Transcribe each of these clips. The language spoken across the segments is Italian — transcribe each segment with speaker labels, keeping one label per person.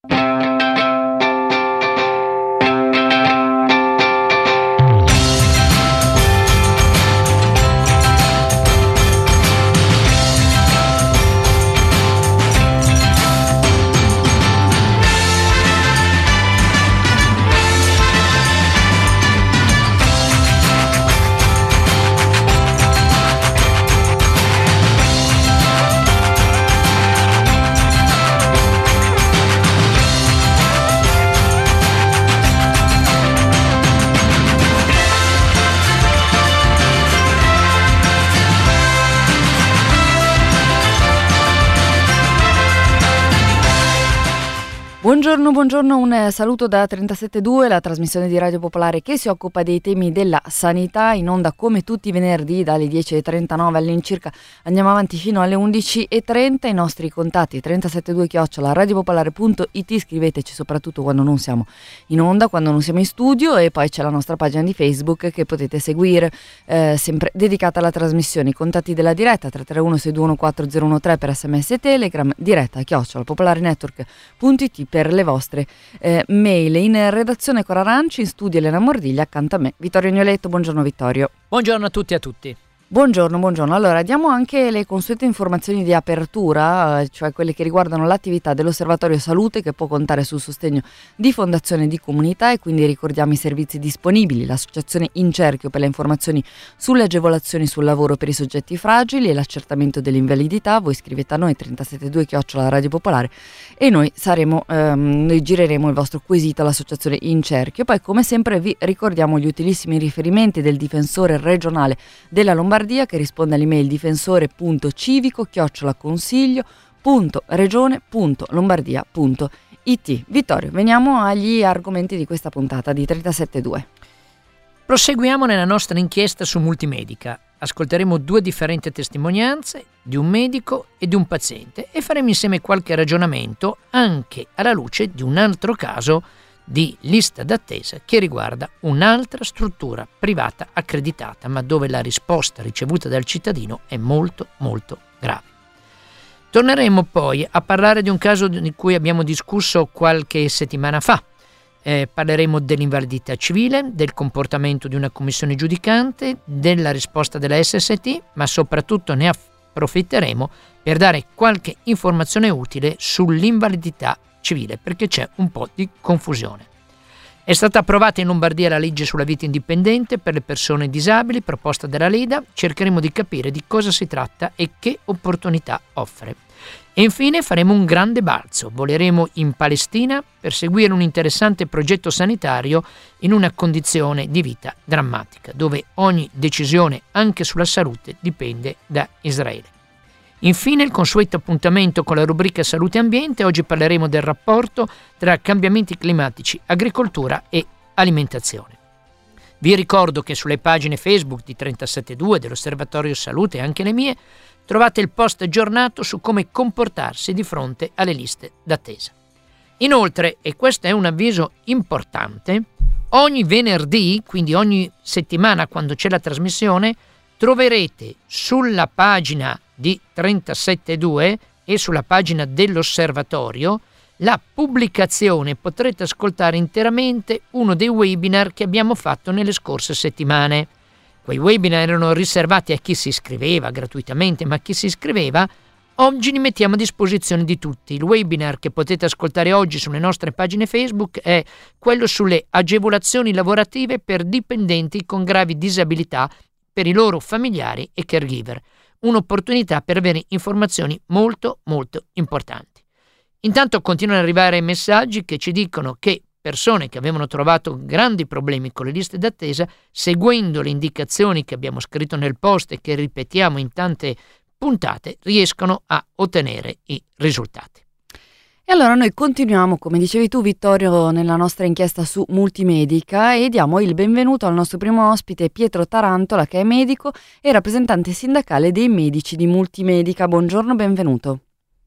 Speaker 1: Buongiorno, un saluto da 37.2, la trasmissione di Radio Popolare che si occupa dei temi della sanità, in onda come tutti i venerdì dalle 10.39 all'incirca. Andiamo avanti fino alle 11.30, i nostri contatti 372@radiopopolare.it, scriveteci soprattutto quando non siamo in onda, quando non siamo in studio, e poi c'è la nostra pagina di Facebook che potete seguire, sempre dedicata alla trasmissione. I contatti della diretta 331-621-4013 per SMS e Telegram, diretta @popolarenetwork.it per le vostre mail. In redazione Cora Ranci, in studio Elena Mordiglia, accanto a me Vittorio Agnoletto. Buongiorno Vittorio.
Speaker 2: Buongiorno a tutti e a tutti.
Speaker 1: Buongiorno. Allora, diamo anche le consuete informazioni di apertura, cioè quelle che riguardano l'attività dell'Osservatorio Salute, che può contare sul sostegno di Fondazione di Comunità, e quindi ricordiamo i servizi disponibili, l'associazione In Cerchio per le informazioni sulle agevolazioni sul lavoro per i soggetti fragili e l'accertamento dell'invalidità. Voi scrivete a noi 372@Radio Popolare e noi gireremo il vostro quesito all'associazione In Cerchio. Poi, come sempre, vi ricordiamo gli utilissimi riferimenti del difensore regionale della Lombardia, che risponde all'email difensore.civico@consiglio.regione.lombardia.it. Vittorio, veniamo agli argomenti di questa puntata di 37.2.
Speaker 2: Proseguiamo nella nostra inchiesta su Multimedica. Ascolteremo 2 differenti testimonianze di un medico e di un paziente e faremo insieme qualche ragionamento anche alla luce di un altro caso di lista d'attesa che riguarda un'altra struttura privata accreditata, ma dove la risposta ricevuta dal cittadino è molto grave. Torneremo poi a parlare di un caso di cui abbiamo discusso qualche settimana fa. Parleremo dell'invalidità civile, del comportamento di una commissione giudicante, della risposta della SST, ma soprattutto ne approfitteremo per dare qualche informazione utile sull'invalidità civile, perché c'è un po' di confusione. È stata approvata in Lombardia la legge sulla vita indipendente per le persone disabili, proposta dalla Leda. Cercheremo di capire di cosa si tratta e che opportunità offre. E infine faremo un grande balzo. Voleremo in Palestina per seguire un interessante progetto sanitario in una condizione di vita drammatica, dove ogni decisione, anche sulla salute, dipende da Israele. Infine il consueto appuntamento con la rubrica Salute e Ambiente. Oggi parleremo del rapporto tra cambiamenti climatici, agricoltura e alimentazione. Vi ricordo che sulle pagine Facebook di 37.2 dell'Osservatorio Salute e anche le mie trovate il post aggiornato su come comportarsi di fronte alle liste d'attesa. Inoltre, e questo è un avviso importante, ogni venerdì, quindi ogni settimana quando c'è la trasmissione, troverete sulla pagina di 37.2 e sulla pagina dell'Osservatorio la pubblicazione. Potrete ascoltare interamente uno dei webinar che abbiamo fatto nelle scorse settimane. Quei webinar erano riservati a chi si iscriveva gratuitamente, ma chi si iscriveva oggi li mettiamo a disposizione di tutti. Il webinar che potete ascoltare oggi sulle nostre pagine Facebook è quello sulle agevolazioni lavorative per dipendenti con gravi disabilità, per i loro familiari e caregiver. Un'opportunità per avere informazioni molto importanti. Intanto continuano ad arrivare messaggi che ci dicono che persone che avevano trovato grandi problemi con le liste d'attesa, seguendo le indicazioni che abbiamo scritto nel post e che ripetiamo in tante puntate, riescono a ottenere i risultati.
Speaker 1: E allora noi continuiamo, come dicevi tu Vittorio, nella nostra inchiesta su Multimedica e diamo il benvenuto al nostro primo ospite Pietro Tarantola, che è medico e rappresentante sindacale dei medici di Multimedica. Buongiorno, benvenuto.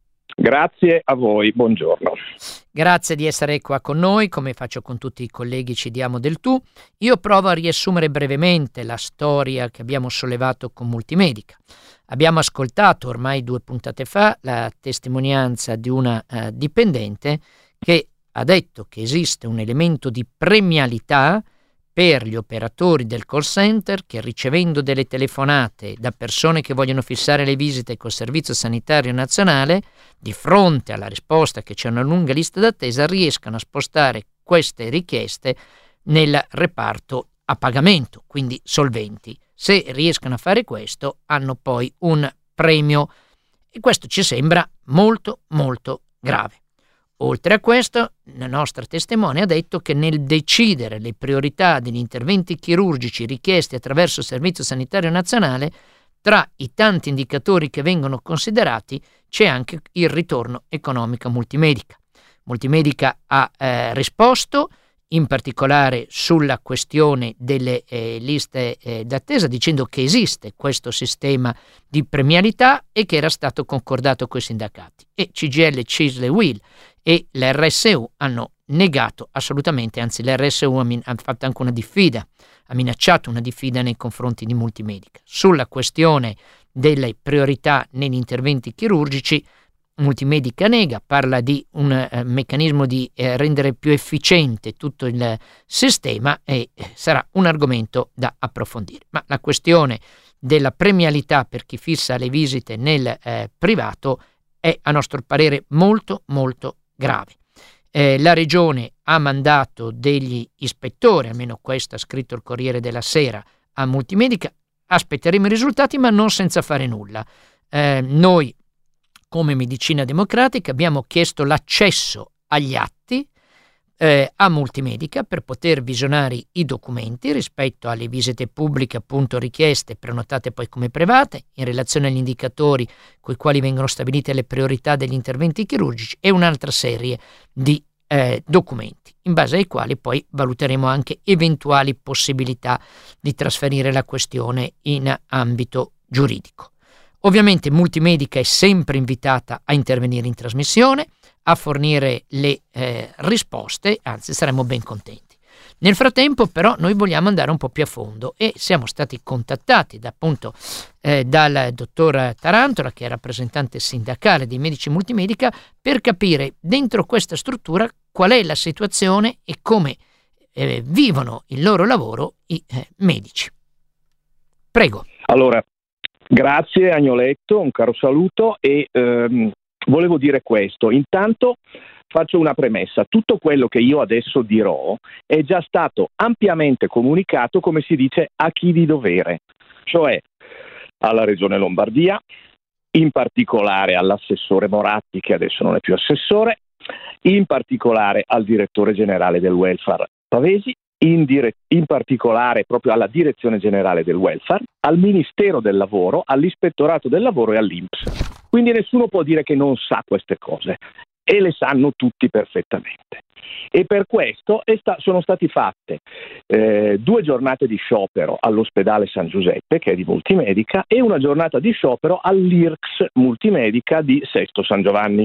Speaker 3: Grazie a voi, buongiorno.
Speaker 2: Grazie di essere qua con noi, come faccio con tutti i colleghi ci diamo del tu. Io provo a riassumere brevemente la storia che abbiamo sollevato con Multimedica. Abbiamo ascoltato ormai 2 puntate fa la testimonianza di una dipendente che ha detto che esiste un elemento di premialità per gli operatori del call center che, ricevendo delle telefonate da persone che vogliono fissare le visite col Servizio Sanitario Nazionale, di fronte alla risposta che c'è una lunga lista d'attesa, riescano a spostare queste richieste nel reparto a pagamento, quindi solventi. Se riescono a fare questo, hanno poi un premio, e questo ci sembra molto molto grave. Oltre a questo, la nostra testimone ha detto che nel decidere le priorità degli interventi chirurgici richiesti attraverso il Servizio Sanitario Nazionale, tra i tanti indicatori che vengono considerati c'è anche il ritorno economico a Multimedica. Multimedica ha risposto in particolare sulla questione delle liste d'attesa, dicendo che esiste questo sistema di premialità e che era stato concordato con i sindacati. E CGIL, CISL e UIL e l'RSU hanno negato assolutamente, anzi l'RSU ha fatto anche una diffida, ha minacciato una diffida nei confronti di Multimedica. Sulla questione delle priorità negli interventi chirurgici, Multimedica nega, parla di un meccanismo di rendere più efficiente tutto il sistema e sarà un argomento da approfondire. Ma la questione della premialità per chi fissa le visite nel privato è, a nostro parere, molto molto grave. La Regione ha mandato degli ispettori, almeno questo ha scritto il Corriere della Sera, a Multimedica. Aspetteremo i risultati, ma non senza fare nulla. Noi come Medicina Democratica abbiamo chiesto l'accesso agli atti a Multimedica per poter visionare i documenti rispetto alle visite pubbliche appunto richieste, prenotate poi come private, in relazione agli indicatori con i quali vengono stabilite le priorità degli interventi chirurgici e un'altra serie di documenti, in base ai quali poi valuteremo anche eventuali possibilità di trasferire la questione in ambito giuridico. Ovviamente Multimedica è sempre invitata a intervenire in trasmissione, a fornire le risposte, anzi saremo ben contenti. Nel frattempo però noi vogliamo andare un po' più a fondo e siamo stati contattati dal dottor Tarantola, che è rappresentante sindacale dei medici Multimedica, per capire dentro questa struttura qual è la situazione e come vivono il loro lavoro i medici. Prego.
Speaker 3: Allora, grazie Agnoletto, un caro saluto e volevo dire questo. Intanto faccio una premessa: tutto quello che io adesso dirò è già stato ampiamente comunicato, come si dice, a chi di dovere, cioè alla Regione Lombardia, in particolare all'assessore Moratti, che adesso non è più assessore, in particolare al direttore generale del welfare Pavesi, in particolare proprio alla Direzione Generale del Welfare, al Ministero del Lavoro, all'Ispettorato del Lavoro e all'INPS. Quindi nessuno può dire che non sa queste cose e le sanno tutti perfettamente. E per questo sono stati fatte 2 giornate di sciopero all'ospedale San Giuseppe, che è di Multimedica, e una giornata di sciopero all'IRCS Multimedica di Sesto San Giovanni.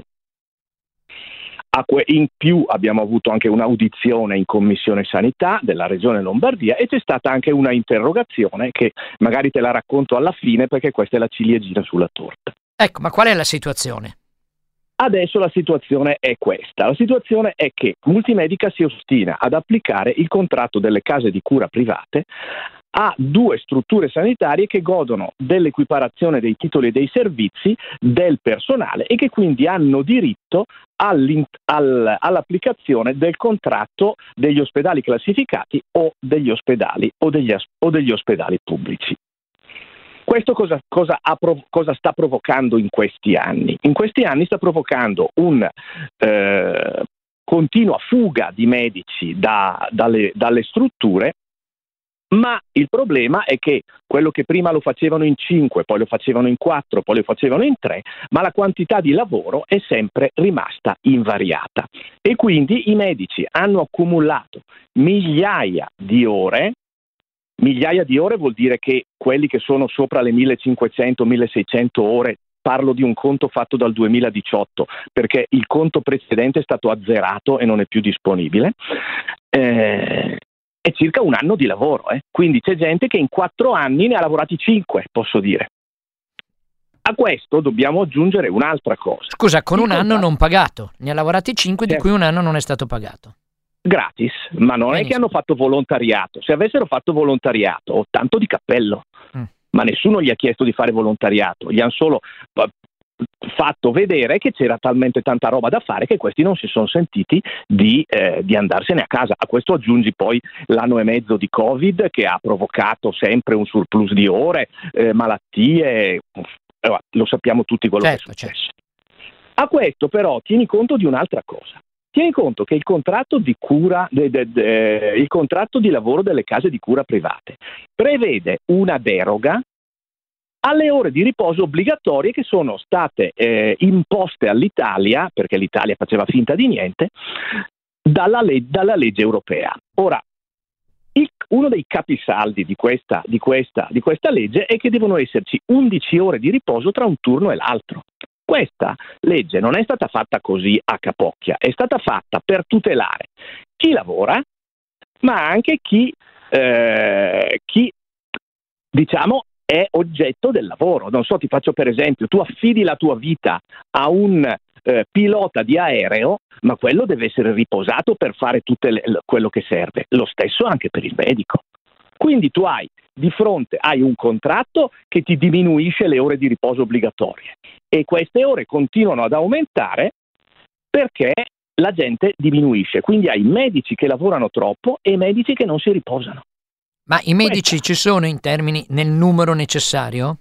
Speaker 3: In più abbiamo avuto anche un'audizione in Commissione Sanità della Regione Lombardia e c'è stata anche una interrogazione che magari te la racconto alla fine, perché questa è la ciliegina sulla torta.
Speaker 2: Ecco, ma qual è la situazione?
Speaker 3: Adesso la situazione è questa. La situazione è che Multimedica si ostina ad applicare il contratto delle case di cura private a 2 strutture sanitarie che godono dell'equiparazione dei titoli e dei servizi del personale e che quindi hanno diritto all'applicazione del contratto degli ospedali classificati o degli ospedali pubblici. Questo cosa sta provocando in questi anni? In questi anni sta provocando un continua fuga di medici dalle strutture. Ma il problema è che quello che prima lo facevano in 5, poi lo facevano in 4, poi lo facevano in 3, ma la quantità di lavoro è sempre rimasta invariata. E quindi i medici hanno accumulato migliaia di ore. Migliaia di ore vuol dire che quelli che sono sopra le 1500-1600 ore, parlo di un conto fatto dal 2018, perché il conto precedente è stato azzerato e non è più disponibile, è circa un anno di lavoro, quindi c'è gente che in 4 anni ne ha lavorati 5, posso dire. A questo dobbiamo aggiungere un'altra cosa.
Speaker 2: Scusa, con un anno non pagato, ne ha lavorati 5 di cui un anno non è stato pagato.
Speaker 3: Gratis, ma non è che hanno fatto volontariato. Se avessero fatto volontariato, tanto di cappello, ma nessuno gli ha chiesto di fare volontariato, gli hanno solo fatto vedere che c'era talmente tanta roba da fare che questi non si sono sentiti di andarsene a casa. A questo aggiungi poi l'anno e mezzo di Covid che ha provocato sempre un surplus di ore, malattie, lo sappiamo tutti quello che è successo. A questo però tieni conto di un'altra cosa. Tieni conto che il contratto di cura, il contratto di lavoro delle case di cura private prevede una deroga alle ore di riposo obbligatorie che sono state imposte all'Italia, perché l'Italia faceva finta di niente, dalla legge europea. Ora, uno dei capisaldi di questa legge è che devono esserci 11 ore di riposo tra un turno e l'altro. Questa legge non è stata fatta così a capocchia, è stata fatta per tutelare chi lavora, ma anche chi diciamo è oggetto del lavoro. Non so, ti faccio per esempio, tu affidi la tua vita a un pilota di aereo, ma quello deve essere riposato per fare quello che serve. Lo stesso anche per il medico. Quindi tu hai di fronte un contratto che ti diminuisce le ore di riposo obbligatorie e queste ore continuano ad aumentare perché la gente diminuisce. Quindi hai medici che lavorano troppo e medici che non si riposano.
Speaker 2: Ma i medici ci sono in termini nel numero necessario?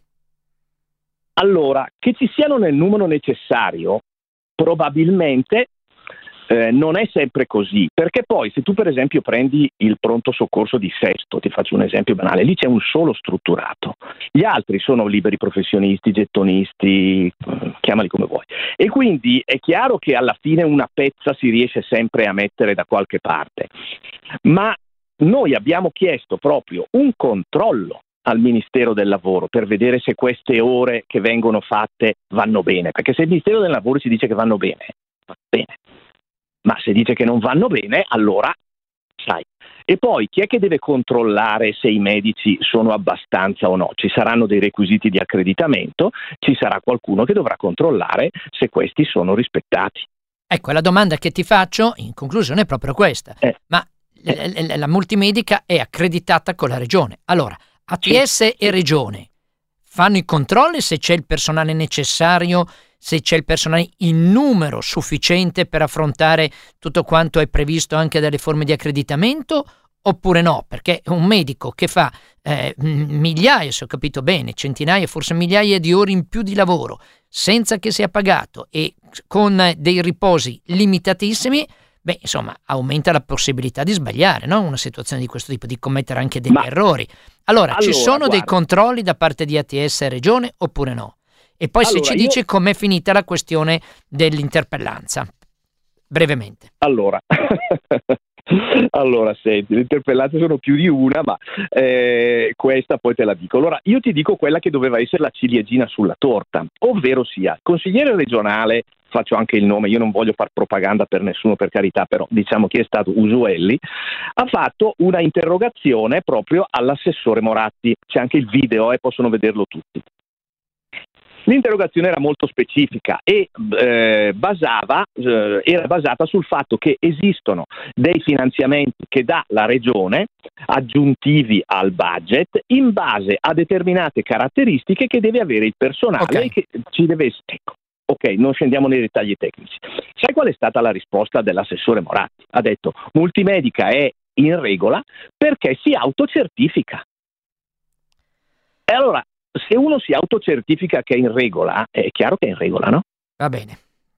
Speaker 3: Allora, che ci siano nel numero necessario, probabilmente non è sempre così, perché poi se tu per esempio prendi il pronto soccorso di Sesto, ti faccio un esempio banale, lì c'è un solo strutturato, gli altri sono liberi professionisti, gettonisti, chiamali come vuoi, e quindi è chiaro che alla fine una pezza si riesce sempre a mettere da qualche parte, ma noi abbiamo chiesto proprio un controllo al Ministero del Lavoro per vedere se queste ore che vengono fatte vanno bene, perché se il Ministero del Lavoro ci dice che vanno bene, va bene, ma se dice che non vanno bene, allora sai. E poi chi è che deve controllare se i medici sono abbastanza o no? Ci saranno dei requisiti di accreditamento, ci sarà qualcuno che dovrà controllare se questi sono rispettati.
Speaker 2: Ecco, la domanda che ti faccio in conclusione è proprio questa. Ma la multimedica è accreditata con la regione. Allora, ATS e regione fanno i controlli se c'è il personale necessario, se c'è il personale in numero sufficiente per affrontare tutto quanto è previsto anche dalle forme di accreditamento, oppure no? Perché un medico che fa migliaia, se ho capito bene, centinaia, forse migliaia di ore in più di lavoro, senza che sia pagato e con dei riposi limitatissimi, beh, insomma, aumenta la possibilità di sbagliare, no? Una situazione di questo tipo, di commettere anche degli errori. Allora, ci sono dei controlli da parte di ATS e regione oppure no? E poi se ci dici com'è finita la questione dell'interpellanza, brevemente.
Speaker 3: Allora, senti, le interpellanze sono più di una, ma questa poi te la dico. Allora, io ti dico quella che doveva essere la ciliegina sulla torta, ovvero sia, consigliere regionale, faccio anche il nome, io non voglio far propaganda per nessuno, per carità, però diciamo chi è stato Usuelli, ha fatto una interrogazione proprio all'assessore Moratti, c'è anche il video e possono vederlo tutti. L'interrogazione era molto specifica e era basata sul fatto che esistono dei finanziamenti che dà la regione aggiuntivi al budget in base a determinate caratteristiche che deve avere il personale e che ci deve essere. Ecco, non scendiamo nei dettagli tecnici. Sai qual è stata la risposta dell'assessore Moratti? Ha detto: Multimedica è in regola perché si autocertifica. E allora, se uno si autocertifica che è in regola, è chiaro che è in regola, no?
Speaker 2: Va bene.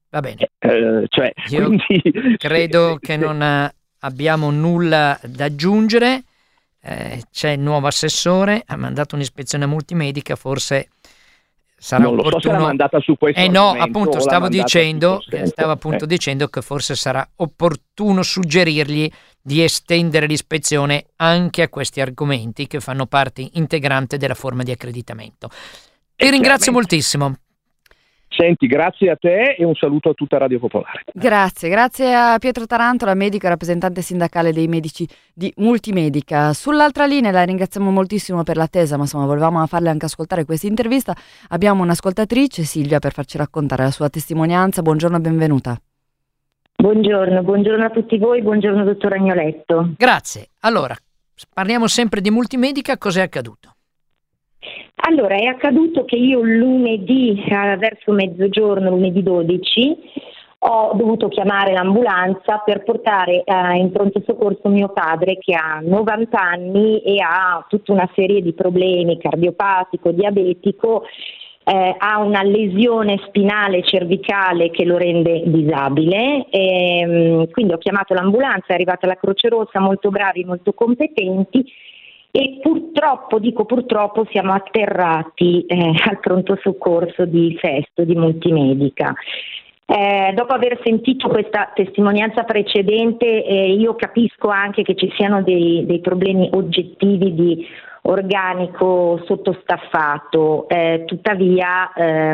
Speaker 3: Io quindi,
Speaker 2: credo che non abbiamo nulla da aggiungere. C'è il nuovo assessore, ha mandato un'ispezione multimedica, forse sarà
Speaker 3: non
Speaker 2: opportuno.
Speaker 3: So se l'ha mandata su questo
Speaker 2: no, appunto, stavo appunto dicendo che forse sarà opportuno suggerirgli di estendere l'ispezione anche a questi argomenti che fanno parte integrante della forma di accreditamento. Ti ringrazio moltissimo.
Speaker 3: Senti, grazie a te e un saluto a tutta Radio Popolare.
Speaker 1: Grazie a Pietro Tarantola, medico e rappresentante sindacale dei medici di Multimedica. Sull'altra linea la ringraziamo moltissimo per l'attesa, ma insomma volevamo farle anche ascoltare questa intervista. Abbiamo un'ascoltatrice, Silvia, per farci raccontare la sua testimonianza. Buongiorno e benvenuta.
Speaker 4: Buongiorno a tutti voi, buongiorno dottor Agnoletto.
Speaker 2: Grazie. Allora, parliamo sempre di Multimedica, cos'è accaduto?
Speaker 4: Allora, è accaduto che io lunedì, verso mezzogiorno, lunedì 12, ho dovuto chiamare l'ambulanza per portare in pronto soccorso mio padre che ha 90 anni e ha tutta una serie di problemi, cardiopatico, diabetico, ha una lesione spinale cervicale che lo rende disabile, quindi ho chiamato l'ambulanza, è arrivata la Croce Rossa, molto bravi, molto competenti. E purtroppo siamo atterrati al pronto soccorso di Festo, di Multimedica. Dopo aver sentito questa testimonianza precedente, io capisco anche che ci siano dei problemi oggettivi di organico sottostaffato, tuttavia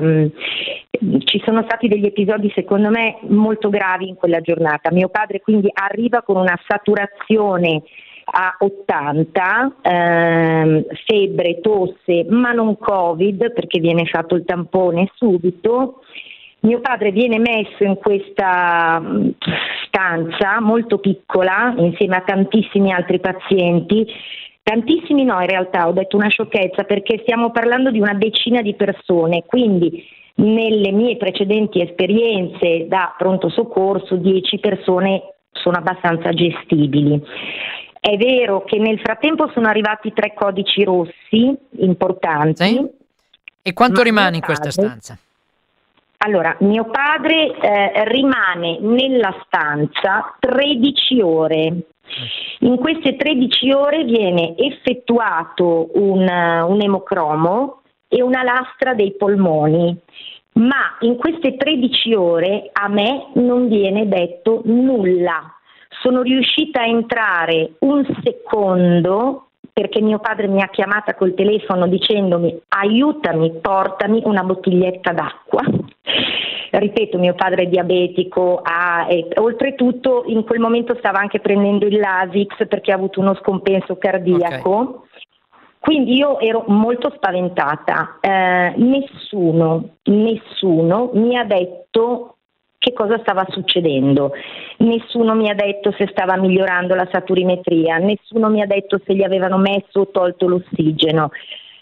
Speaker 4: ci sono stati degli episodi secondo me molto gravi in quella giornata. Mio padre quindi arriva con una saturazione a 80, febbre, tosse, ma non Covid perché viene fatto il tampone subito. Mio padre viene messo in questa stanza molto piccola insieme a tantissimi altri pazienti, tantissimi no in realtà, ho detto una sciocchezza perché stiamo parlando di una decina di persone, quindi nelle mie precedenti esperienze da pronto soccorso 10 persone sono abbastanza gestibili. È vero che nel frattempo sono arrivati 3 codici rossi importanti.
Speaker 2: Sì? E quanto rimane in questa stanza?
Speaker 4: Allora, mio padre rimane nella stanza 13 ore. In queste 13 ore viene effettuato un emocromo e una lastra dei polmoni, ma in queste 13 ore a me non viene detto nulla. Sono riuscita a entrare un secondo perché mio padre mi ha chiamata col telefono dicendomi aiutami, portami una bottiglietta d'acqua. Ripeto, mio padre è diabetico, e oltretutto in quel momento stava anche prendendo il Lasix perché ha avuto uno scompenso cardiaco. Okay. Quindi io ero molto spaventata. Nessuno mi ha detto che cosa stava succedendo. Nessuno mi ha detto se stava migliorando la saturimetria, nessuno mi ha detto se gli avevano messo o tolto l'ossigeno.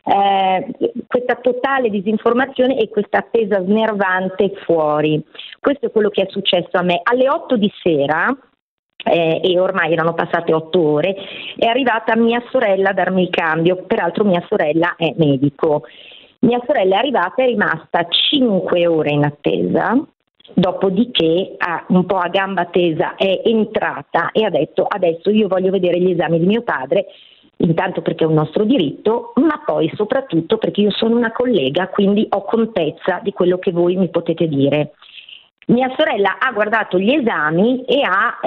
Speaker 4: Questa totale disinformazione e questa attesa snervante fuori. Questo è quello che è successo a me. Alle 8 di sera, e ormai erano passate 8 ore, è arrivata mia sorella a darmi il cambio, peraltro mia sorella è medico. Mia sorella è arrivata e è rimasta 5 ore in attesa. Dopodiché, un po' a gamba tesa, è entrata e ha detto adesso io voglio vedere gli esami di mio padre, intanto perché è un nostro diritto, ma poi soprattutto perché io sono una collega, quindi ho contezza di quello che voi mi potete dire. Mia sorella ha guardato gli esami ed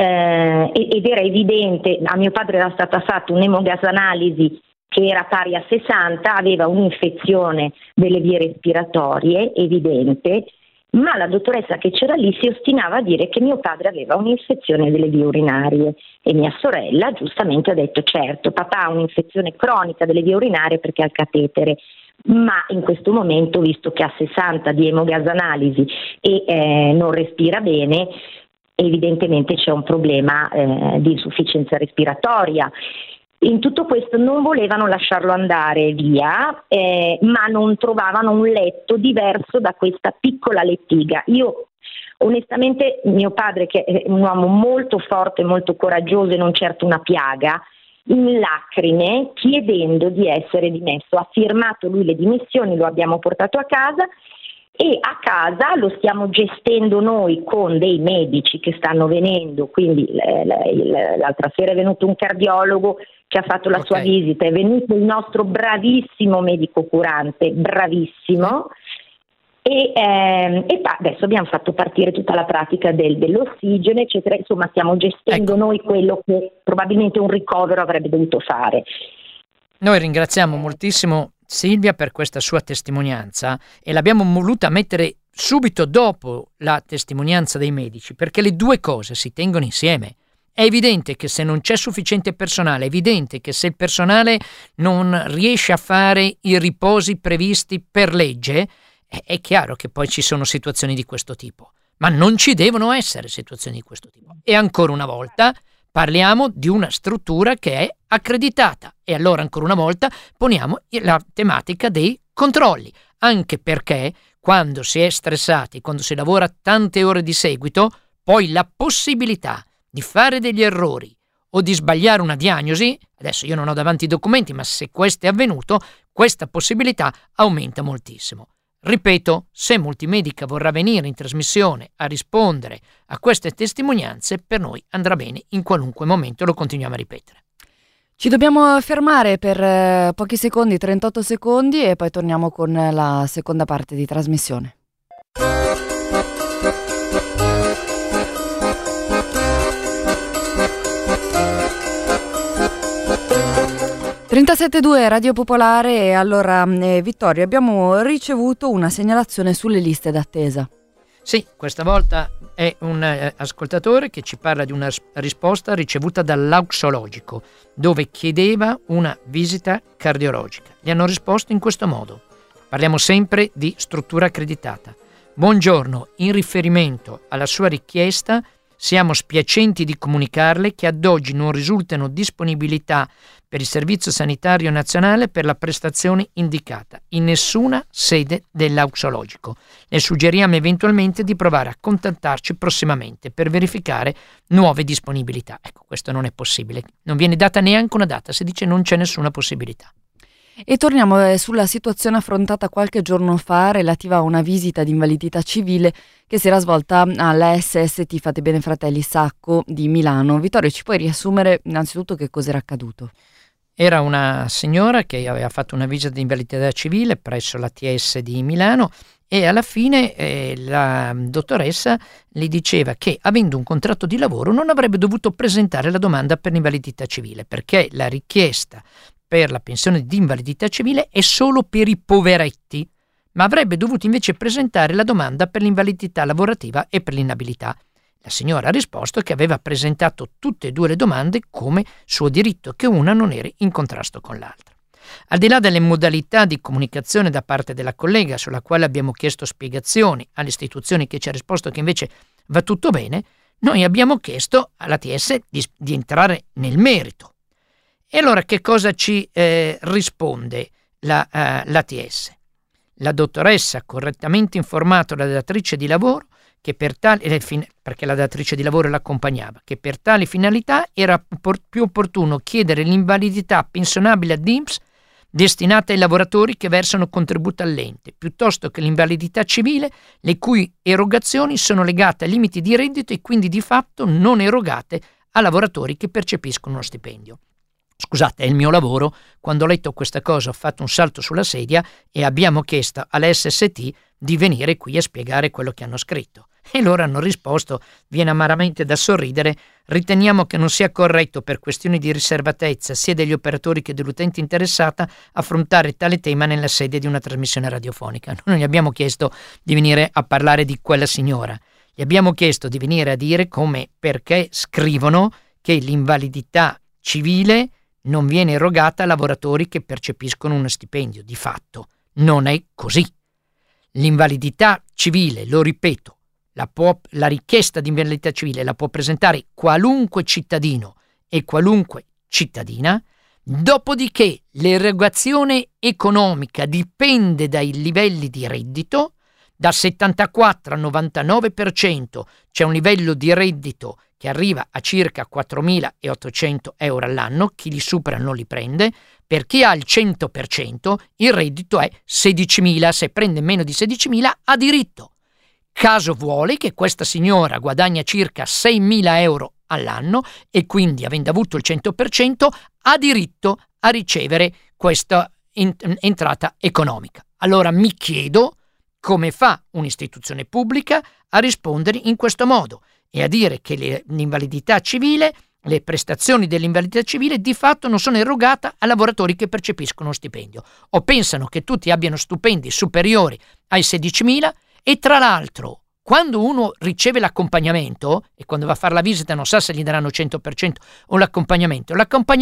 Speaker 4: era evidente, a mio padre era stata fatta un'emogasanalisi che era pari a 60, aveva un'infezione delle vie respiratorie evidente, ma la dottoressa che c'era lì si ostinava a dire che mio padre aveva un'infezione delle vie urinarie e mia sorella giustamente ha detto certo, papà ha un'infezione cronica delle vie urinarie perché ha il catetere, ma in questo momento, visto che ha 60 di emogasanalisi e non respira bene, evidentemente c'è un problema di insufficienza respiratoria. In tutto questo non volevano lasciarlo andare via, ma non trovavano un letto diverso da questa piccola lettiga. Io onestamente, mio padre, che è un uomo molto forte, molto coraggioso e non certo una piaga, in lacrime chiedendo di essere dimesso. Ha firmato lui le dimissioni, lo abbiamo portato a casa e a casa lo stiamo gestendo noi con dei medici che stanno venendo, quindi l'altra sera è venuto un cardiologo che ha fatto la sua visita, è venuto il nostro bravissimo medico curante, bravissimo, e adesso abbiamo fatto partire tutta la pratica dell'ossigeno, eccetera, insomma stiamo gestendo noi quello che probabilmente un ricovero avrebbe dovuto fare.
Speaker 2: Noi ringraziamo moltissimo Silvia per questa sua testimonianza e l'abbiamo voluta mettere subito dopo la testimonianza dei medici, perché le due cose si tengono insieme. È evidente che se non c'è sufficiente personale, è evidente che se il personale non riesce a fare i riposi previsti per legge, è chiaro che poi ci sono situazioni di questo tipo. Ma non ci devono essere situazioni di questo tipo. E ancora una volta parliamo di una struttura che è accreditata. E allora ancora una volta poniamo la tematica dei controlli. Anche perché quando si è stressati, quando si lavora tante ore di seguito, poi la possibilità di fare degli errori o di sbagliare una diagnosi, adesso io non ho davanti i documenti, ma se questo è avvenuto, questa possibilità aumenta moltissimo. Ripeto, se Multimedica vorrà venire in trasmissione a rispondere a queste testimonianze, per noi andrà bene in qualunque momento, lo continuiamo a ripetere.
Speaker 1: Ci dobbiamo fermare per pochi secondi, 38 secondi, e poi torniamo con la seconda parte di trasmissione. 37.2 Radio Popolare. E allora Vittorio, abbiamo ricevuto una segnalazione sulle liste d'attesa.
Speaker 2: Sì, questa volta è un ascoltatore che ci parla di una risposta ricevuta dall'auxologico, dove chiedeva una visita cardiologica. Gli hanno risposto in questo modo. Parliamo sempre di struttura accreditata. Buongiorno, in riferimento alla sua richiesta siamo spiacenti di comunicarle che ad oggi non risultano disponibilità per il Servizio Sanitario Nazionale per la prestazione indicata in nessuna sede dell'auxologico. Le suggeriamo eventualmente di provare a contattarci prossimamente per verificare nuove disponibilità. Ecco, questo non è possibile. Non viene data neanche una data, si dice non c'è nessuna possibilità.
Speaker 1: E torniamo sulla situazione affrontata qualche giorno fa relativa a una visita di invalidità civile che si era svolta alla SST Fate Bene Fratelli Sacco di Milano. Vittorio, ci puoi riassumere innanzitutto che cosa era accaduto?
Speaker 2: Era una signora che aveva fatto una visita di invalidità civile presso l'ATS di Milano e alla fine la dottoressa gli diceva che, avendo un contratto di lavoro, non avrebbe dovuto presentare la domanda per l'invalidità civile, perché la richiesta per la pensione di invalidità civile è solo per i poveretti, ma avrebbe dovuto invece presentare la domanda per l'invalidità lavorativa e per l'inabilità. La signora ha risposto che aveva presentato tutte e due le domande come suo diritto, che una non era in contrasto con l'altra. Al di là delle modalità di comunicazione da parte della collega, sulla quale abbiamo chiesto spiegazioni alle istituzioni, che ci ha risposto che invece va tutto bene, noi abbiamo chiesto all'ATS di entrare nel merito. E allora che cosa ci risponde l'ATS? La dottoressa ha correttamente informato la datrice di lavoro che per tali, perché la datrice di lavoro l'accompagnava, che per tali finalità era più opportuno chiedere l'invalidità pensionabile ad INPS destinata ai lavoratori che versano contributo all'ente, piuttosto che l'invalidità civile, le cui erogazioni sono legate a limiti di reddito e quindi di fatto non erogate a lavoratori che percepiscono uno stipendio. Scusate, è il mio lavoro. Quando ho letto questa cosa ho fatto un salto sulla sedia e abbiamo chiesto all'SST di venire qui a spiegare quello che hanno scritto. E loro hanno risposto, viene amaramente da sorridere: riteniamo che non sia corretto per questioni di riservatezza sia degli operatori che dell'utente interessata affrontare tale tema nella sede di una trasmissione radiofonica. Noi non gli abbiamo chiesto di venire a parlare di quella signora, gli abbiamo chiesto di venire a dire perché scrivono che l'invalidità civile non viene erogata a lavoratori che percepiscono uno stipendio. Di fatto non è così. L'invalidità civile, lo ripeto, la richiesta di invalidità civile la può presentare qualunque cittadino e qualunque cittadina, dopodiché l'erogazione economica dipende dai livelli di reddito. Da 74 al 99% c'è un livello di reddito che arriva a circa 4.800 euro all'anno, chi li supera non li prende. Per chi ha il 100% il reddito è 16.000, se prende meno di 16.000 ha diritto. Caso vuole che questa signora guadagna circa 6.000 euro all'anno e quindi, avendo avuto il 100%, ha diritto a ricevere questa entrata economica. Allora mi chiedo come fa un'istituzione pubblica a rispondere in questo modo e a dire che l'invalidità civile, le prestazioni dell'invalidità civile di fatto non sono erogate a lavoratori che percepiscono uno stipendio, o pensano che tutti abbiano stipendi superiori ai 16.000 E tra l'altro, quando uno riceve l'accompagnamento, e quando va a fare la visita non sa se gli daranno 100% o l'accompagnamento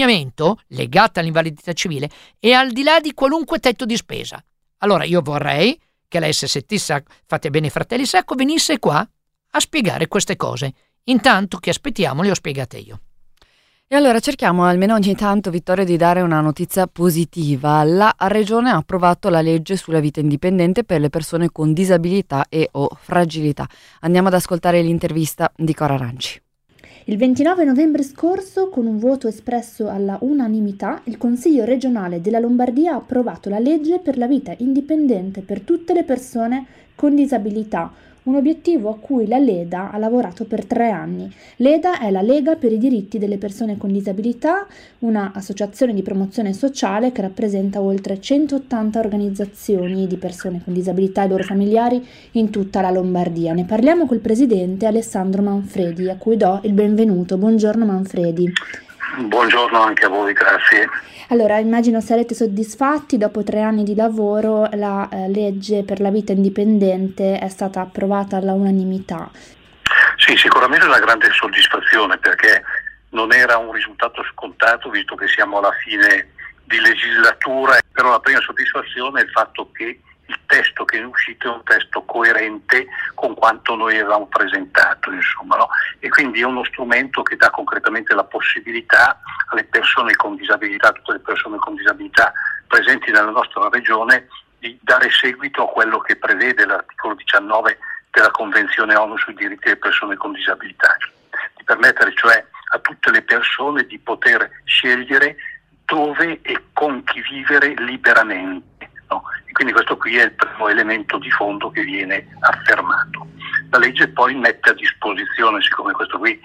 Speaker 2: legato all'invalidità civile è al di là di qualunque tetto di spesa. Allora io vorrei che la SST Fate Bene Fratelli Sacco venisse qua a spiegare queste cose. Intanto che aspettiamo le ho spiegate io.
Speaker 1: E allora cerchiamo almeno ogni tanto, Vittorio, di dare una notizia positiva. La Regione ha approvato la legge sulla vita indipendente per le persone con disabilità e o fragilità. Andiamo ad ascoltare l'intervista di Cora Ranci.
Speaker 5: Il 29 novembre scorso, con un voto espresso alla unanimità, il Consiglio regionale della Lombardia ha approvato la legge per la vita indipendente per tutte le persone con disabilità, un obiettivo a cui la Leda ha lavorato per 3 anni. Leda è la Lega per i diritti delle persone con disabilità, una associazione di promozione sociale che rappresenta oltre 180 organizzazioni di persone con disabilità e loro familiari in tutta la Lombardia. Ne parliamo col presidente Alessandro Manfredi, a cui do il benvenuto. Buongiorno Manfredi.
Speaker 6: Buongiorno anche a voi, grazie.
Speaker 5: Allora, immagino sarete soddisfatti, dopo 3 anni di lavoro la legge per la vita indipendente è stata approvata all'unanimità.
Speaker 6: Sì, sicuramente una grande soddisfazione, perché non era un risultato scontato, visto che siamo alla fine di legislatura, però la prima soddisfazione è il fatto che il testo che è uscito è un testo coerente con quanto noi avevamo presentato, insomma, no? E quindi è uno strumento che dà concretamente la possibilità alle persone con disabilità, a tutte le persone con disabilità presenti nella nostra regione, di dare seguito a quello che prevede l'articolo 19 della Convenzione ONU sui diritti delle persone con disabilità, di permettere cioè a tutte le persone di poter scegliere dove e con chi vivere liberamente, no? E quindi questo qui è il primo elemento di fondo che viene affermato. La legge poi mette a disposizione, siccome questo qui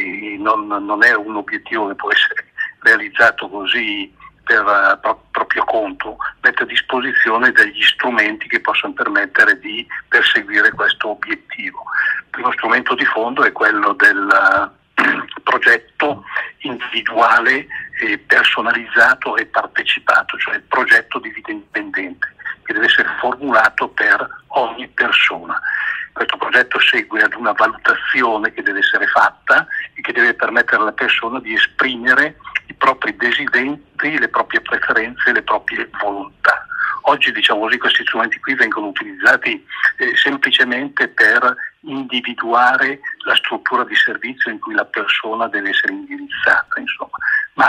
Speaker 6: non è un obiettivo che può essere realizzato così per proprio conto, mette a disposizione degli strumenti che possono permettere di perseguire questo obiettivo. Il primo strumento di fondo è quello del progetto individuale, personalizzato e partecipato, cioè il progetto di vita indipendente, che deve essere formulato per ogni persona. Questo progetto segue ad una valutazione che deve essere fatta e che deve permettere alla persona di esprimere i propri desideri, le proprie preferenze, le proprie volontà. Oggi, diciamo così, questi strumenti qui vengono utilizzati semplicemente per individuare la struttura di servizio in cui la persona deve essere indirizzata, insomma. Ma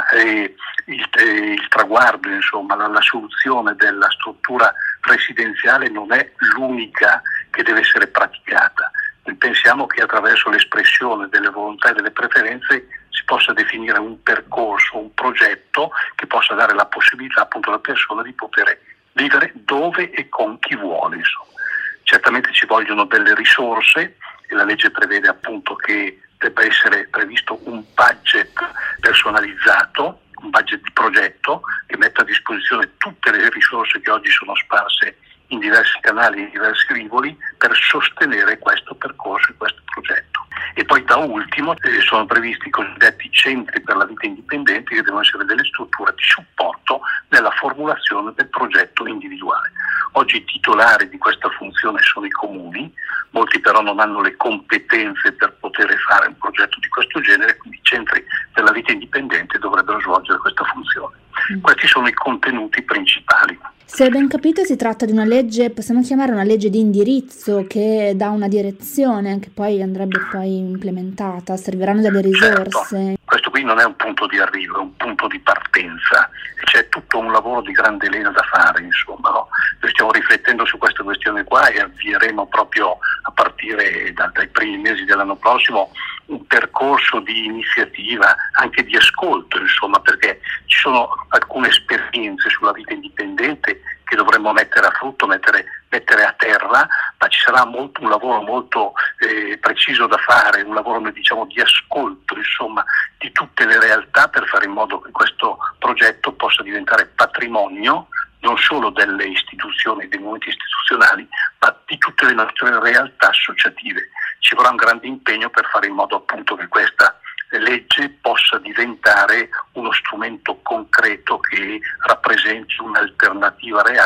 Speaker 6: il traguardo, insomma, la soluzione della struttura residenziale non è l'unica che deve essere praticata. Noi pensiamo che attraverso l'espressione delle volontà e delle preferenze si possa definire un percorso, un progetto che possa dare la possibilità appunto alla persona di poter vivere dove e con chi vuole, insomma. Certamente ci vogliono delle risorse e la legge prevede appunto che debba essere previsto un budget personalizzato, un budget di progetto che metta a disposizione tutte le risorse che oggi sono sparse in diversi canali, in diversi rivoli, per sostenere questo percorso e questo progetto. E poi da ultimo sono previsti i cosiddetti centri per la vita indipendente, che devono essere delle strutture di supporto nella formulazione del progetto individuale. Oggi i titolari di questa funzione sono i comuni, molti però non hanno le competenze per poter fare un progetto di questo genere, quindi i centri per la vita indipendente dovrebbero svolgere questa funzione. Questi sono i contenuti principali.
Speaker 5: Se ben capito si tratta di una legge, possiamo chiamare una legge di indirizzo, che dà una direzione che poi andrebbe poi implementata, serviranno delle risorse.
Speaker 6: Certo. Questo qui non è un punto di arrivo, è un punto di partenza e c'è tutto un lavoro di grande lena da fare, insomma, no? Noi stiamo riflettendo su questa questione qua e avvieremo proprio a partire dai primi mesi dell'anno prossimo un percorso di iniziativa, anche di ascolto, insomma, perché ci sono alcune esperienze sulla vita indipendente che dovremmo mettere a frutto, mettere a terra, ma ci sarà un lavoro molto preciso da fare, un lavoro, noi diciamo, di ascolto, insomma, di tutte le realtà, per fare in modo che questo progetto possa diventare patrimonio non solo delle istituzioni, dei movimenti istituzionali, ma di tutte le nostre realtà associative. Ci vorrà un grande impegno per fare in modo appunto che questa legge possa diventare uno strumento concreto che rappresenti un'alternativa reale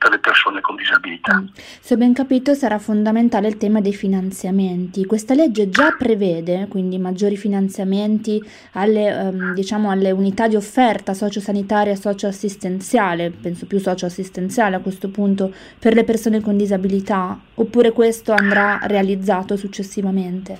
Speaker 6: tutte le persone con disabilità.
Speaker 5: Se ho ben capito, sarà fondamentale il tema dei finanziamenti. Questa legge già prevede quindi maggiori finanziamenti alle unità di offerta sociosanitaria e socioassistenziale, penso più socioassistenziale a questo punto, per le persone con disabilità, oppure questo andrà realizzato successivamente?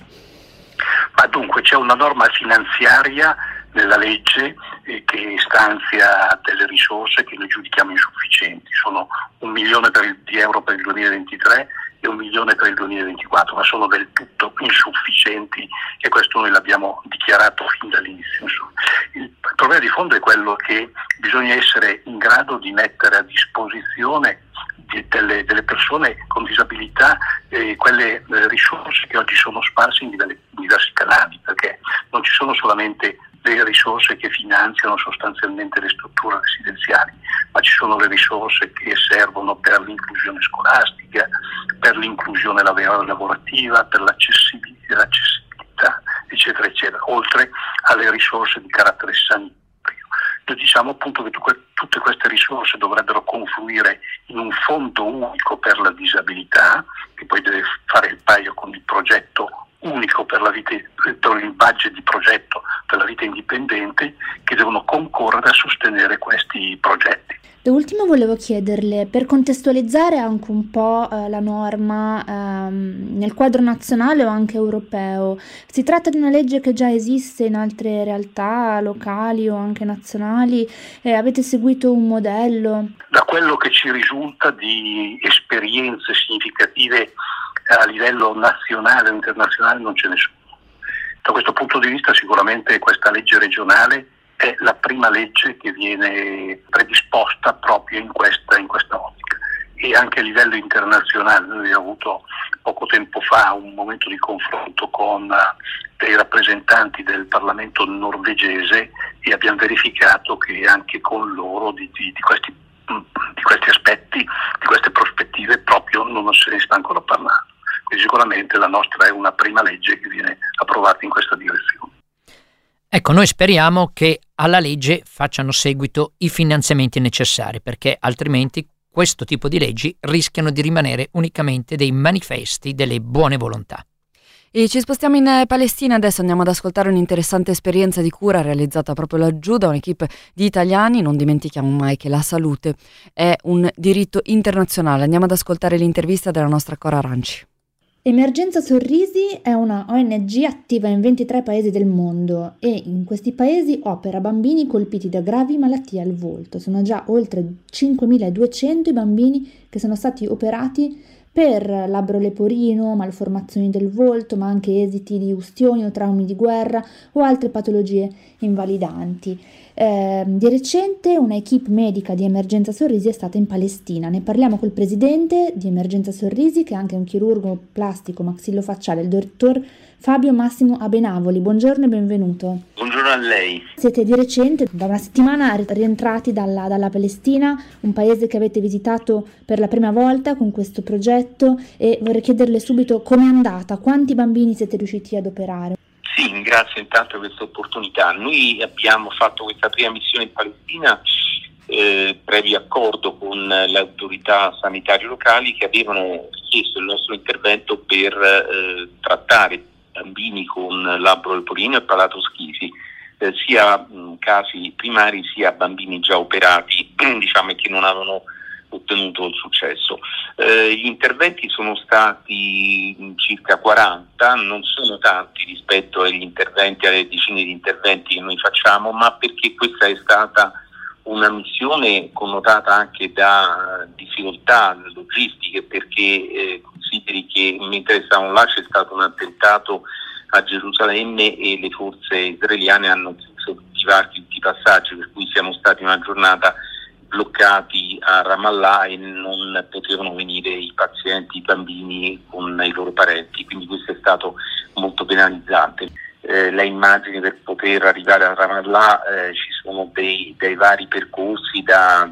Speaker 6: Ma dunque c'è una norma finanziaria nella legge che stanzia delle risorse che noi giudichiamo insufficienti, sono 1 milione di euro per il 2023 e 1 milione per il 2024, ma sono del tutto insufficienti e questo noi l'abbiamo dichiarato fin dall'inizio. Il problema di fondo è quello che bisogna essere in grado di mettere a disposizione delle persone con disabilità quelle risorse che oggi sono sparse in diversi canali, perché non ci sono solamente le risorse che finanziano sostanzialmente le strutture residenziali, ma ci sono le risorse che servono per l'inclusione scolastica, per l'inclusione lavorativa, per l'accessibilità, eccetera, eccetera, oltre alle risorse di carattere sanitario. Noi diciamo appunto che tutte queste risorse dovrebbero confluire in un fondo unico per la disabilità, che poi deve fare il paio con il progetto unico per il budget di progetto per la vita indipendente, che devono concorrere a sostenere questi progetti.
Speaker 5: Da ultimo volevo chiederle, per contestualizzare anche un po' la norma nel quadro nazionale o anche europeo, si tratta di una legge che già esiste in altre realtà locali o anche nazionali? Avete seguito un modello?
Speaker 6: Da quello che ci risulta di esperienze significative a livello nazionale o internazionale non ce ne sono. Da questo punto di vista sicuramente questa legge regionale è la prima legge che viene predisposta proprio in questa ottica, e anche a livello internazionale. Noi abbiamo avuto poco tempo fa un momento di confronto con dei rappresentanti del Parlamento norvegese e abbiamo verificato che anche con loro di questi aspetti, di queste prospettive proprio non se ne sta ancora parlando. Quindi sicuramente la nostra è una prima legge che viene approvata in questa direzione.
Speaker 2: Ecco, noi speriamo che alla legge facciano seguito i finanziamenti necessari, perché altrimenti questo tipo di leggi rischiano di rimanere unicamente dei manifesti delle buone volontà.
Speaker 1: E ci spostiamo in Palestina, adesso andiamo ad ascoltare un'interessante esperienza di cura realizzata proprio laggiù da un'equipe di italiani. Non dimentichiamo mai che la salute è un diritto internazionale. Andiamo ad ascoltare l'intervista della nostra Cora Ranci.
Speaker 5: Emergenza Sorrisi è una ONG attiva in 23 paesi del mondo e in questi paesi opera bambini colpiti da gravi malattie al volto. Sono già oltre 5.200 i bambini che sono stati operati per labbro leporino, malformazioni del volto, ma anche esiti di ustioni o traumi di guerra o altre patologie invalidanti. Di recente una equipe medica di Emergenza Sorrisi è stata in Palestina. Ne parliamo col presidente di Emergenza Sorrisi, che è anche un chirurgo plastico maxillofacciale, il dottor Fabio Massimo Abenavoli. Buongiorno e benvenuto.
Speaker 7: Buongiorno a lei.
Speaker 5: Siete di recente, da una settimana, rientrati dalla Palestina, un paese che avete visitato per la prima volta con questo progetto, e vorrei chiederle subito com'è andata, quanti bambini siete riusciti ad operare?
Speaker 7: Sì, ringrazio intanto per questa opportunità. Noi abbiamo fatto questa prima missione in Palestina previo accordo con le autorità sanitarie locali che avevano chiesto il nostro intervento per trattare bambini con labbro leporino e palato schifi, sia casi primari sia bambini già operati, diciamo, che non avevano ottenuto il successo. Gli interventi sono stati circa 40, non sono tanti rispetto agli interventi, alle decine di interventi che noi facciamo, ma perché questa è stata una missione connotata anche da difficoltà logistiche, perché consideri che mentre stavamo là c'è stato un attentato a Gerusalemme e le forze israeliane hanno chiuso tutti i passaggi, per cui siamo stati una giornata bloccati a Ramallah e non potevano venire i pazienti, i bambini con i loro parenti, quindi questo è stato molto penalizzante. Le immagini per poter arrivare a Ramallah ci sono dei vari percorsi da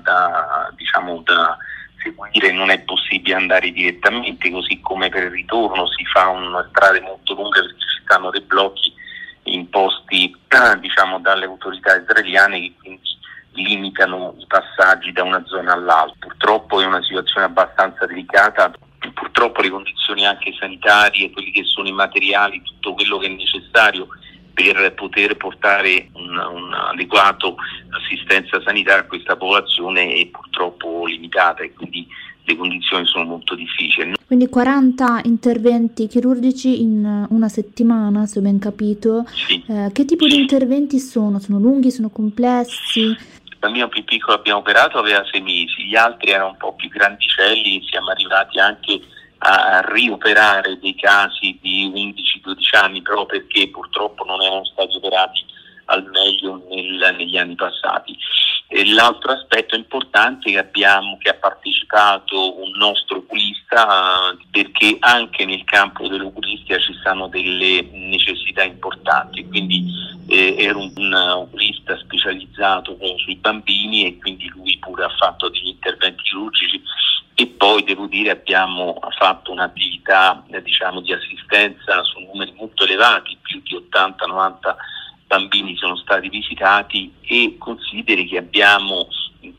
Speaker 7: seguire, non è possibile andare direttamente, così come per il ritorno si fa una strada molto lunga perché ci stanno dei blocchi imposti dalle autorità israeliane che quindi limitano i passaggi da una zona all'altra. Purtroppo è una situazione abbastanza delicata, purtroppo le condizioni anche sanitarie, quelli che sono i materiali, tutto quello che è necessario per poter portare un adeguato assistenza sanitaria a questa popolazione è purtroppo limitata e quindi le condizioni sono molto difficili.
Speaker 5: Quindi 40 interventi chirurgici in una settimana, se ho ben capito.
Speaker 7: Sì.
Speaker 5: Che tipo di interventi sono? Sono lunghi, sono complessi?
Speaker 7: Il bambino più piccolo abbiamo operato aveva 6 mesi, gli altri erano un po' più grandicelli, siamo arrivati anche a rioperare dei casi di 11-12 anni, però perché purtroppo non erano stati operati al meglio negli anni passati. E l'altro aspetto importante che ha partecipato un nostro oculista, perché anche nel campo dell'oculistica ci stanno delle necessità importanti, quindi era un oculista specializzato sui bambini e quindi lui pure ha fatto degli interventi chirurgici. E poi devo dire abbiamo fatto un'attività di assistenza su numeri molto elevati, più di 80-90 bambini sono stati visitati, e consideri che abbiamo in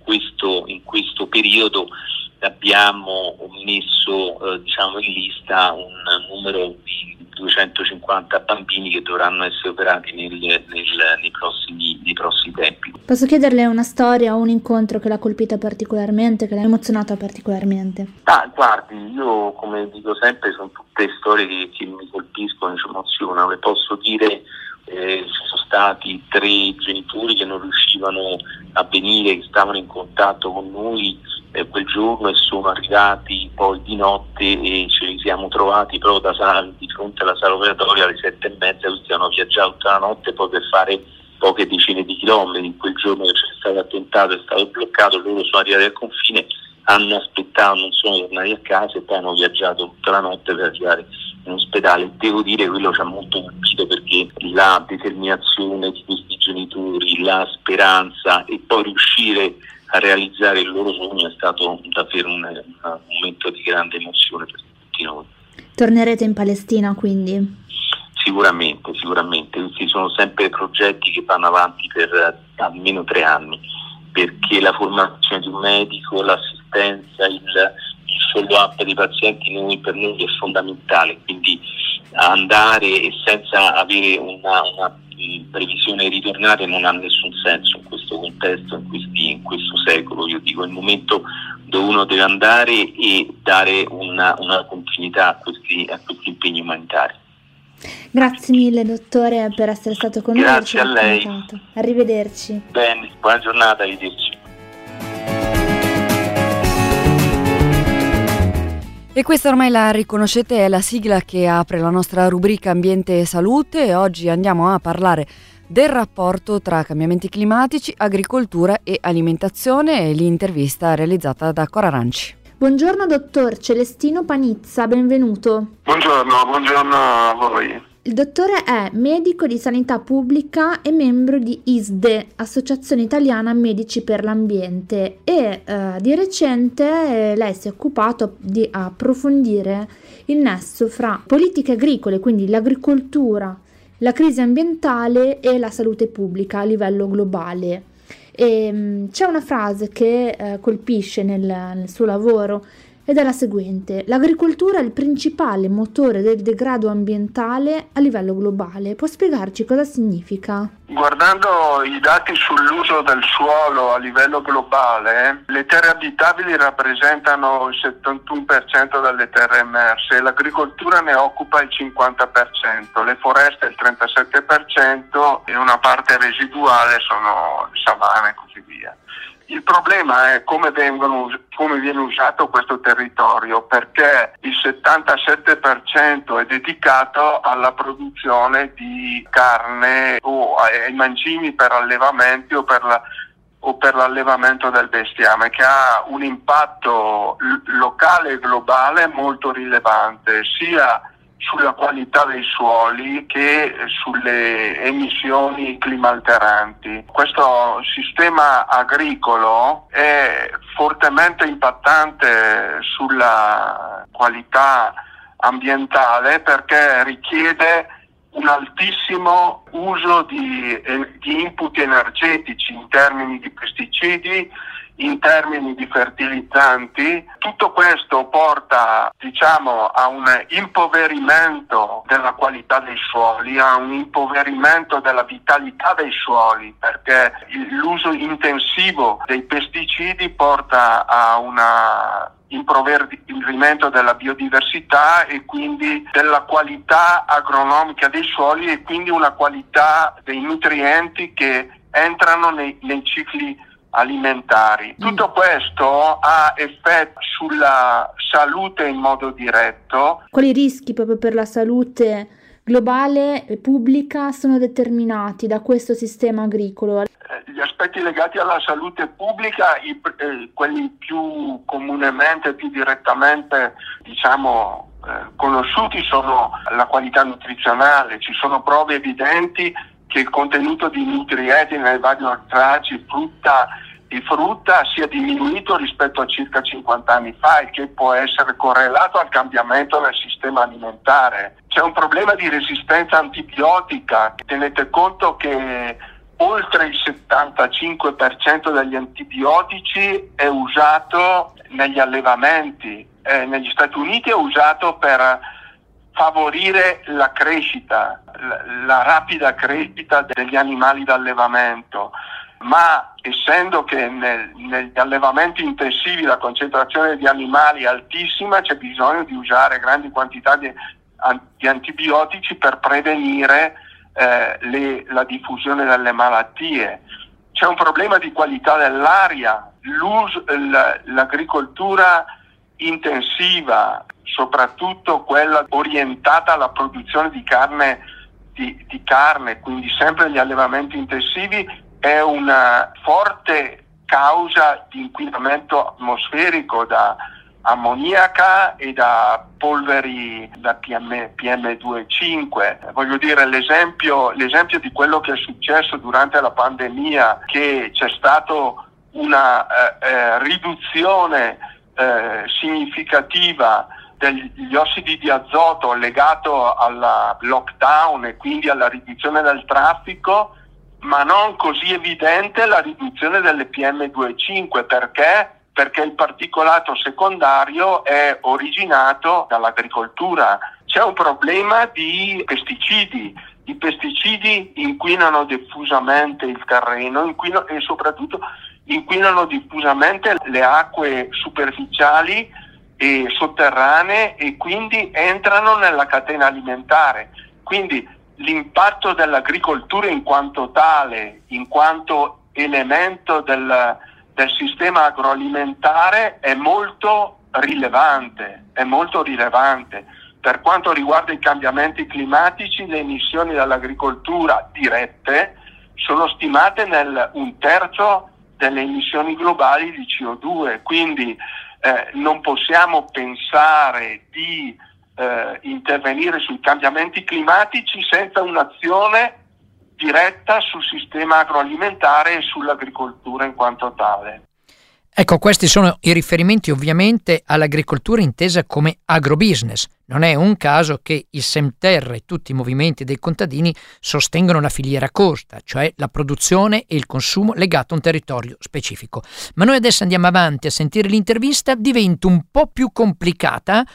Speaker 7: questo periodo abbiamo messo in lista un numero di 250 bambini che dovranno essere operati nei prossimi tempi.
Speaker 5: Posso chiederle una storia o un incontro che l'ha colpita particolarmente, che l'ha emozionata particolarmente?
Speaker 7: Guardi, io come dico sempre sono tutte storie che mi colpiscono, ci emozionano. Le posso dire ci sono stati 3 genitori che non riuscivano a venire, che stavano in contatto con noi quel giorno e sono arrivati poi di notte e ce li siamo trovati proprio di fronte alla sala operatoria alle 7:30, questi hanno viaggiato tutta la notte poi per fare poche decine di chilometri. In quel giorno che c'è stato attentato è stato bloccato, loro sono arrivati al confine, hanno aspettato, non sono tornati a casa e poi hanno viaggiato tutta la notte per arrivare in ospedale. Devo dire quello ci ha molto colpito, perché la determinazione di questi genitori, la speranza e poi riuscire a realizzare il loro sogno è stato davvero un momento di grande emozione per tutti noi.
Speaker 5: Tornerete in Palestina quindi?
Speaker 7: Sicuramente, questi sono sempre progetti che vanno avanti per almeno 3 anni, perché la formazione di un medico, l'assistenza, il follow-up dei pazienti per noi è fondamentale, quindi andare e senza avere una previsione di ritornare non ha nessun senso in questo contesto, in questo secolo. Io dico, è il momento dove uno deve andare e dare una continuità a questi impegni umanitari.
Speaker 5: Grazie mille dottore per essere stato con noi.
Speaker 7: Grazie a lei.
Speaker 5: Arrivederci.
Speaker 7: Bene, buona giornata, arrivederci.
Speaker 1: E questa ormai la riconoscete, è la sigla che apre la nostra rubrica Ambiente e Salute, e oggi andiamo a parlare del rapporto tra cambiamenti climatici, agricoltura e alimentazione, e l'intervista realizzata da Cora Ranci.
Speaker 5: Buongiorno dottor Celestino Panizza, benvenuto.
Speaker 8: Buongiorno a voi.
Speaker 5: Il dottore è medico di sanità pubblica e membro di ISDE, Associazione Italiana Medici per l'Ambiente, e di recente lei si è occupato di approfondire il nesso fra politiche agricole, quindi l'agricoltura, la crisi ambientale e la salute pubblica a livello globale. E c'è una frase che colpisce nel suo lavoro, ed è la seguente: l'agricoltura è il principale motore del degrado ambientale a livello globale. Può spiegarci cosa significa?
Speaker 8: Guardando i dati sull'uso del suolo a livello globale, le terre abitabili rappresentano il 71% delle terre emerse, l'agricoltura ne occupa il 50%, le foreste il 37% e una parte residuale sono savane e così via. Il problema è come viene usato questo territorio, perché il 77% è dedicato alla produzione di carne o ai mangimi per allevamenti o per l'allevamento del bestiame, che ha un impatto locale e globale molto rilevante, sia sulla qualità dei suoli che sulle emissioni climalteranti. Questo sistema agricolo è fortemente impattante sulla qualità ambientale, perché richiede un altissimo uso di input energetici in termini di pesticidi, in termini di fertilizzanti. Tutto questo porta, a un impoverimento della qualità dei suoli, a un impoverimento della vitalità dei suoli, perché l'uso intensivo dei pesticidi porta a una impoverimento della biodiversità e quindi della qualità agronomica dei suoli e quindi una qualità dei nutrienti che entrano nei cicli alimentari. Tutto questo ha effetto sulla salute in modo diretto.
Speaker 5: Quali rischi proprio per la salute globale e pubblica sono determinati da questo sistema agricolo?
Speaker 8: Gli aspetti legati alla salute pubblica, quelli più comunemente, più direttamente conosciuti sono la qualità nutrizionale. Ci sono prove evidenti che il contenuto di nutrienti nei vari ortaggi, frutta sia diminuito rispetto a circa 50 anni fa, il che può essere correlato al cambiamento nel sistema alimentare. C'è un problema di resistenza antibiotica. Tenete conto che oltre il 75% degli antibiotici è usato negli allevamenti. Negli Stati Uniti è usato per favorire la crescita, la rapida crescita degli animali d'allevamento, ma essendo che negli allevamenti intensivi la concentrazione di animali è altissima, c'è bisogno di usare grandi quantità di antibiotici per prevenire la diffusione delle malattie. C'è un problema di qualità dell'aria, l'agricoltura intensiva, soprattutto quella orientata alla produzione di carne, quindi sempre gli allevamenti intensivi, è una forte causa di inquinamento atmosferico da ammoniaca e da polveri da PM2,5. Voglio dire, l'esempio di quello che è successo durante la pandemia, che c'è stato una riduzione significativa degli ossidi di azoto legato alla lockdown e quindi alla riduzione del traffico, ma non così evidente la riduzione delle PM2,5. Perché il particolato secondario è originato dall'agricoltura. C'è un problema di pesticidi. I pesticidi inquinano diffusamente il terreno e soprattutto inquinano diffusamente le acque superficiali e sotterranee e quindi entrano nella catena alimentare. Quindi l'impatto dell'agricoltura in quanto tale, in quanto elemento del sistema agroalimentare è molto rilevante. Per quanto riguarda i cambiamenti climatici, le emissioni dall'agricoltura dirette sono stimate nel 1/3 delle emissioni globali di CO2, quindi non possiamo pensare di intervenire sui cambiamenti climatici senza un'azione diretta sul sistema agroalimentare e sull'agricoltura in quanto tale.
Speaker 2: Ecco, questi sono i riferimenti ovviamente all'agricoltura intesa come agrobusiness. Non è un caso che il Semterra e tutti i movimenti dei contadini sostengono la filiera corta, cioè la produzione e il consumo legato a un territorio specifico. Ma noi adesso andiamo avanti a sentire l'intervista, diventa un po' più complicata,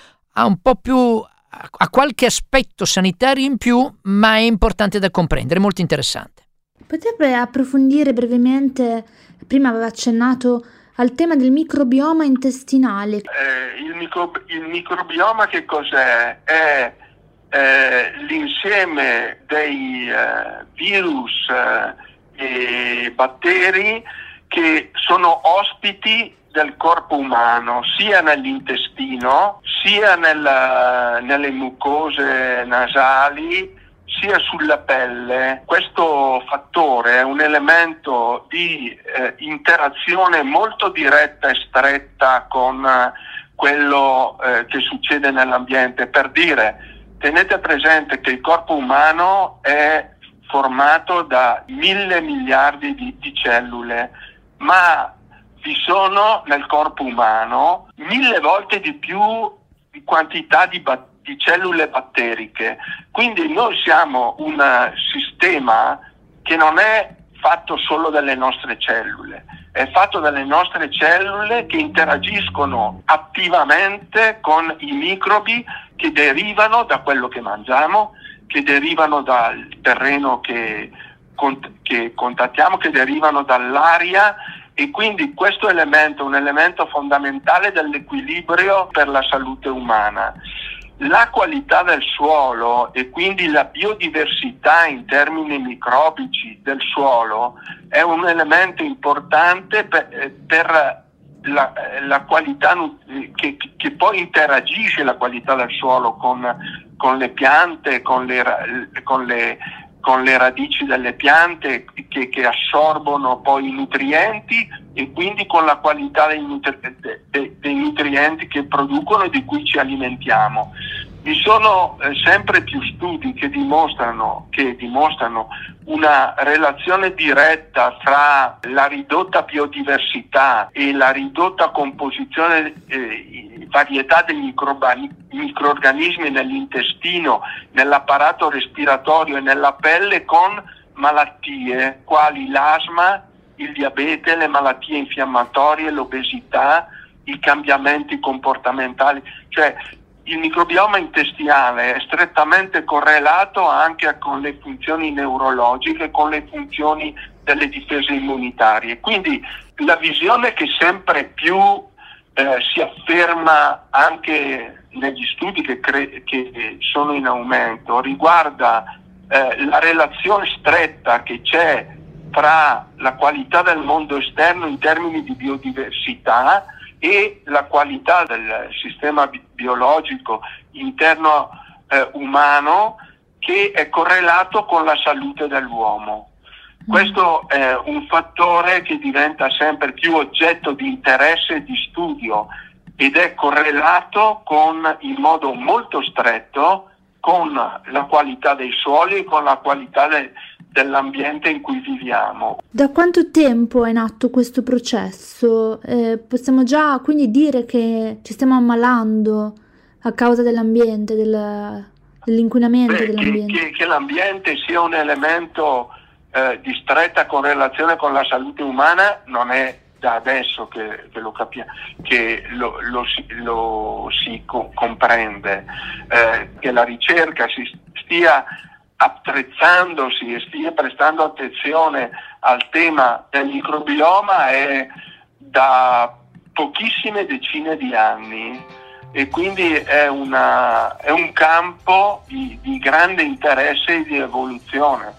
Speaker 2: ha qualche aspetto sanitario in più, ma è importante da comprendere, molto interessante.
Speaker 5: Potrebbe approfondire brevemente, prima aveva accennato al tema del microbioma intestinale.
Speaker 8: Il microbioma che cos'è? È l'insieme dei virus e batteri che sono ospiti del corpo umano, sia nell'intestino, sia nelle mucose nasali, sia sulla pelle. Questo fattore è un elemento di interazione molto diretta e stretta con quello che succede nell'ambiente. Per dire, tenete presente che il corpo umano è formato da 1.000 miliardi di cellule, ma vi sono nel corpo umano 1.000 volte di più di quantità di di cellule batteriche. Quindi noi siamo un sistema che non è fatto solo dalle nostre cellule, è fatto dalle nostre cellule che interagiscono attivamente con i microbi che derivano da quello che mangiamo, che derivano dal terreno che contattiamo, che derivano dall'aria, e quindi questo elemento è un elemento fondamentale dell'equilibrio per la salute umana. La qualità del suolo e quindi la biodiversità in termini microbici del suolo è un elemento importante per la qualità che poi interagisce la qualità del suolo con le piante, con le radici delle piante che assorbono poi i nutrienti, e quindi con la qualità dei nutrienti che producono e di cui ci alimentiamo. Vi sono sempre più studi che dimostrano una relazione diretta fra la ridotta biodiversità e la ridotta composizione varietà dei microrganismi nell'intestino, nell'apparato respiratorio e nella pelle, con malattie quali l'asma, il diabete, le malattie infiammatorie, l'obesità, i cambiamenti comportamentali. Cioè il microbioma intestinale è strettamente correlato anche con le funzioni neurologiche, con le funzioni delle difese immunitarie. Quindi la visione che sempre più si afferma anche negli studi che sono in aumento riguarda la relazione stretta che c'è tra la qualità del mondo esterno in termini di biodiversità e la qualità del sistema biologico interno umano, che è correlato con la salute dell'uomo. Questo è un fattore che diventa sempre più oggetto di interesse e di studio, ed è correlato in modo molto stretto con la qualità dei suoli e con la qualità dell'ambiente in cui viviamo.
Speaker 5: Da quanto tempo è in atto questo processo? Possiamo già quindi dire che ci stiamo ammalando a causa dell'ambiente, dell'inquinamento dell'ambiente?
Speaker 8: Che l'ambiente sia un elemento di stretta correlazione con la salute umana non è da adesso che lo capiamo, che lo si comprende, che la ricerca si stia attrezzandosi e stia prestando attenzione al tema del microbioma è da pochissime decine di anni, e quindi è un campo di grande interesse e di evoluzione.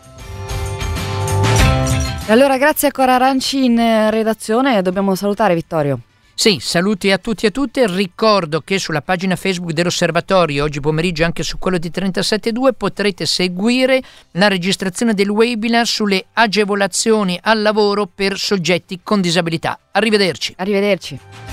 Speaker 1: Allora, grazie a Cora Aranci in redazione. Dobbiamo salutare Vittorio.
Speaker 2: Sì, saluti a tutti e a tutte. Ricordo che sulla pagina Facebook dell'Osservatorio, oggi pomeriggio anche su quello di 37.2, potrete seguire la registrazione del webinar sulle agevolazioni al lavoro per soggetti con disabilità. Arrivederci.
Speaker 1: Arrivederci.